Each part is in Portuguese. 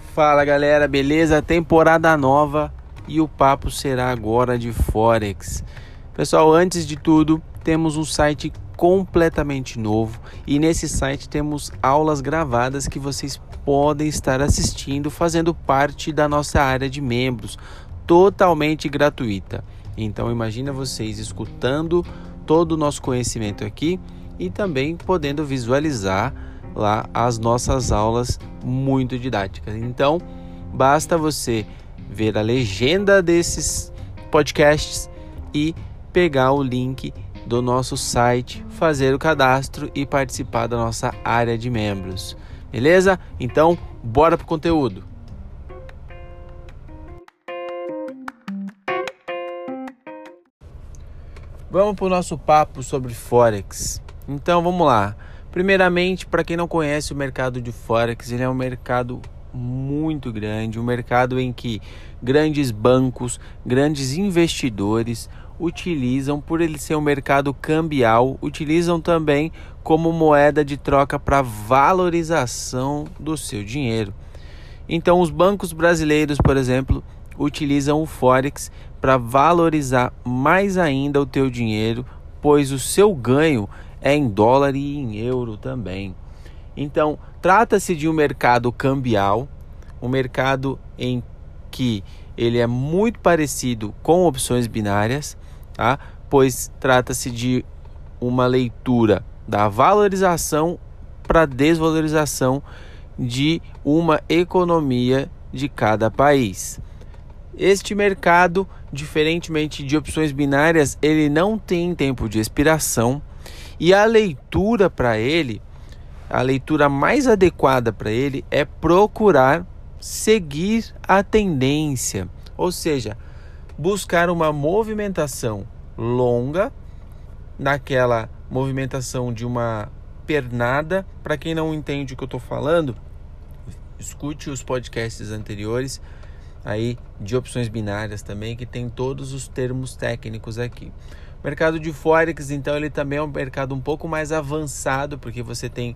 Fala galera, beleza? Temporada nova e o papo será agora de Forex. Pessoal, antes de tudo, temos um site completamente novo e nesse site temos aulas gravadas que vocês podem estar assistindo, fazendo parte da nossa área de membros, totalmente gratuita. Então imagina vocês escutando todo o nosso conhecimento aqui e também podendo visualizar lá as nossas aulas muito didáticas. Então, basta você ver a legenda desses podcasts e pegar o link do nosso site, fazer o cadastro e participar da nossa área de membros. Beleza? Então, bora pro conteúdo. Vamos pro nosso papo sobre Forex. Então, vamos lá. Primeiramente, para quem não conhece o mercado de Forex, ele é um mercado muito grande, um mercado em que grandes bancos, grandes investidores utilizam, por ele ser um mercado cambial, utilizam também como moeda de troca para valorização do seu dinheiro. Então, os bancos brasileiros, por exemplo, utilizam o Forex para valorizar mais ainda o teu dinheiro, pois o seu ganho é em dólar e em euro também. Então, trata-se de um mercado cambial, um mercado em que ele é muito parecido com opções binárias, tá? Pois trata-se de uma leitura da valorização para desvalorização de uma economia de cada país. Este mercado, diferentemente de opções binárias, ele não tem tempo de expiração. E a leitura para ele, a leitura mais adequada para ele é procurar seguir a tendência, ou seja, buscar uma movimentação longa, naquela movimentação de uma pernada. Para quem não entende o que eu estou falando, escute os podcasts anteriores aí de opções binárias também, que tem todos os termos técnicos aqui. O mercado de Forex, então, ele também é um mercado um pouco mais avançado, porque você tem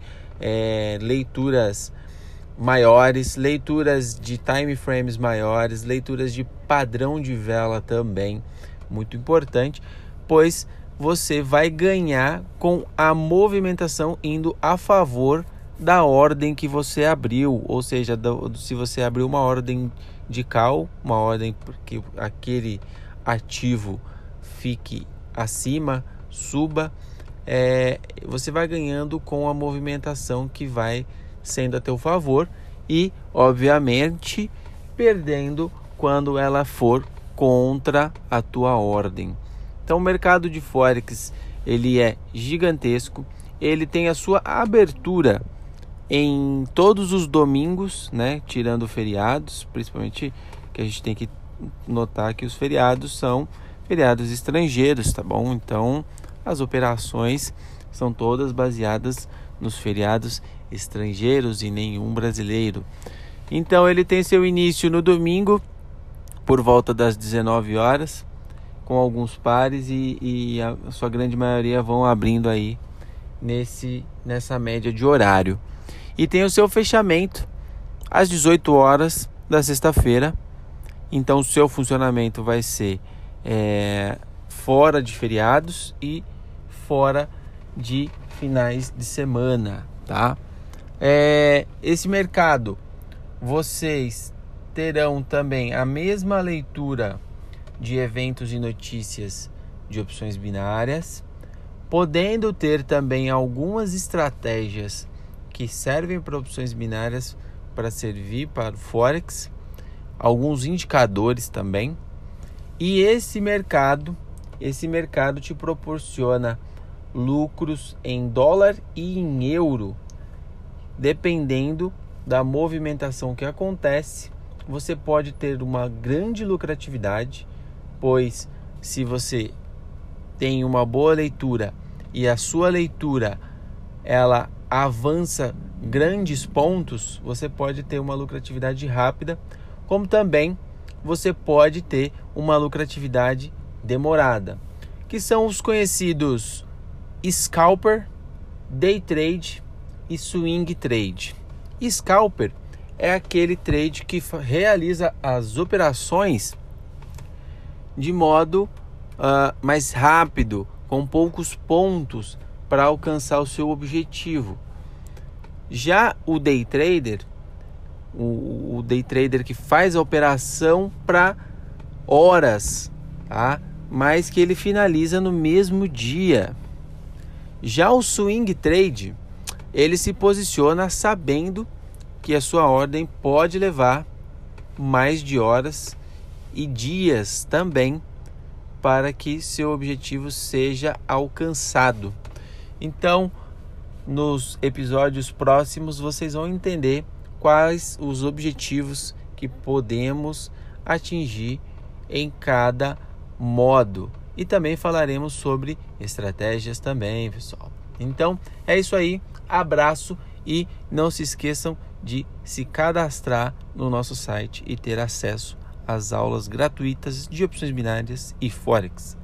leituras maiores, leituras de time frames maiores, leituras de padrão de vela também, muito importante, pois você vai ganhar com a movimentação indo a favor da ordem que você abriu, ou seja, se você abriu uma ordem de call, uma ordem porque aquele ativo fique acima, suba, você vai ganhando com a movimentação que vai sendo a teu favor e, obviamente, perdendo quando ela for contra a tua ordem. Então, o mercado de Forex, ele é gigantesco, ele tem a sua abertura em todos os domingos, né? Tirando feriados, principalmente que a gente tem que notar que os feriados são feriados estrangeiros, tá bom? Então, as operações são todas baseadas nos feriados estrangeiros e nenhum brasileiro. Então, ele tem seu início no domingo, por volta das 19 horas, com alguns pares e a sua grande maioria vão abrindo aí nessa média de horário. E tem o seu fechamento às 18 horas da sexta-feira. Então, o seu funcionamento vai ser fora de feriados e fora de finais de semana, tá? Esse mercado, vocês terão também a mesma leitura de eventos e notícias de opções binárias, podendo ter também algumas estratégias que servem para opções binárias para servir para o Forex, alguns indicadores também. E esse mercado te proporciona lucros em dólar e em euro, dependendo da movimentação que acontece. Você pode ter uma grande lucratividade, pois se você tem uma boa leitura e a sua leitura ela avança grandes pontos, você pode ter uma lucratividade rápida, como também você pode ter uma lucratividade demorada, que são os conhecidos scalper, day trade e swing trade. Scalper é aquele trade que realiza as operações de modo mais rápido, com poucos pontos para alcançar o seu objetivo. Já o day trader, o day trader que faz a operação para horas, tá? Mas que ele finaliza no mesmo dia. Já o swing trade, ele se posiciona sabendo que a sua ordem pode levar mais de horas e dias também para que seu objetivo seja alcançado. Então, nos episódios próximos vocês vão entender quais os objetivos que podemos atingir em cada modo. E também falaremos sobre estratégias também, pessoal. Então, é isso aí. Abraço e não se esqueçam de se cadastrar no nosso site e ter acesso às aulas gratuitas de opções binárias e Forex.